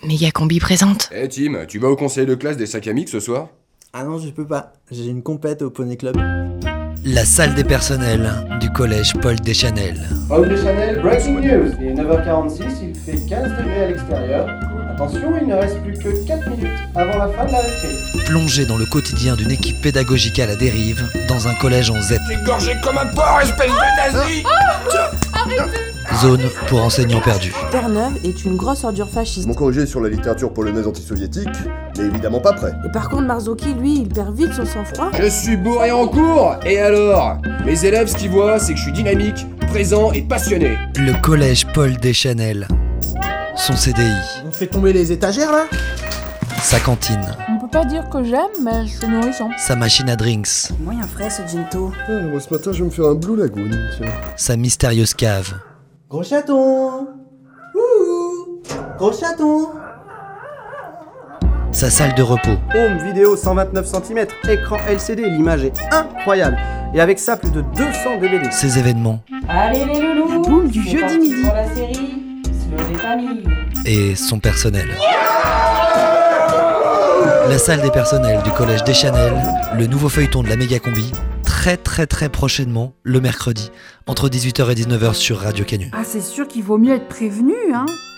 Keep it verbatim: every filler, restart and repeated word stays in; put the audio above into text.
Mégacombi présente. Eh hey Tim, tu vas au conseil de classe des sacs à mix ce soir ? Ah non, je peux pas. J'ai une compète au Poney Club. La salle des personnels du collège Paul Deschanel. Paul Deschanel, breaking news. Il est neuf heures quarante-six, il fait quinze degrés à l'extérieur. Attention, il ne reste plus que quatre minutes avant la fin de la récré. Plongé dans le quotidien d'une équipe pédagogique à la dérive, dans un collège en Z. T'es gorgé comme un porc, espèce de nazi. Zone pour enseignants perdus. Terre-Neuve est une grosse ordure fasciste. Mon corrigé sur la littérature polonaise anti-soviétique n'est évidemment pas prêt. Et par contre, Marzocchi, lui, il perd vite son sang-froid. Je suis bourré en cours, et alors ? Mes élèves, ce qu'ils voient, c'est que je suis dynamique, présent et passionné. Le collège Paul Deschanel. Son C D I. On fait tomber les étagères là ? Sa cantine. On peut pas dire que j'aime, mais c'est nourrissant. Sa machine à drinks. Moyen frais ce ginto. Ah, moi ce matin je vais me faire un Blue Lagoon, tiens. Sa mystérieuse cave. Gros chaton. Ouh. Gros chaton. Sa salle de repos. Home vidéo cent vingt-neuf centimètres, écran L C D, l'image est incroyable. Et avec ça, plus de deux cents D V D. Ses événements. Allez les loulous, La boum du c'est jeudi parti midi. pour la série Slow des familles. Et son personnel. La salle des personnels du collège Deschanel, le nouveau feuilleton de la Mégacombi, très très très prochainement, le mercredi, entre dix-huit heures et dix-neuf heures sur Radio Canu. Ah, c'est sûr qu'il vaut mieux être prévenu, hein.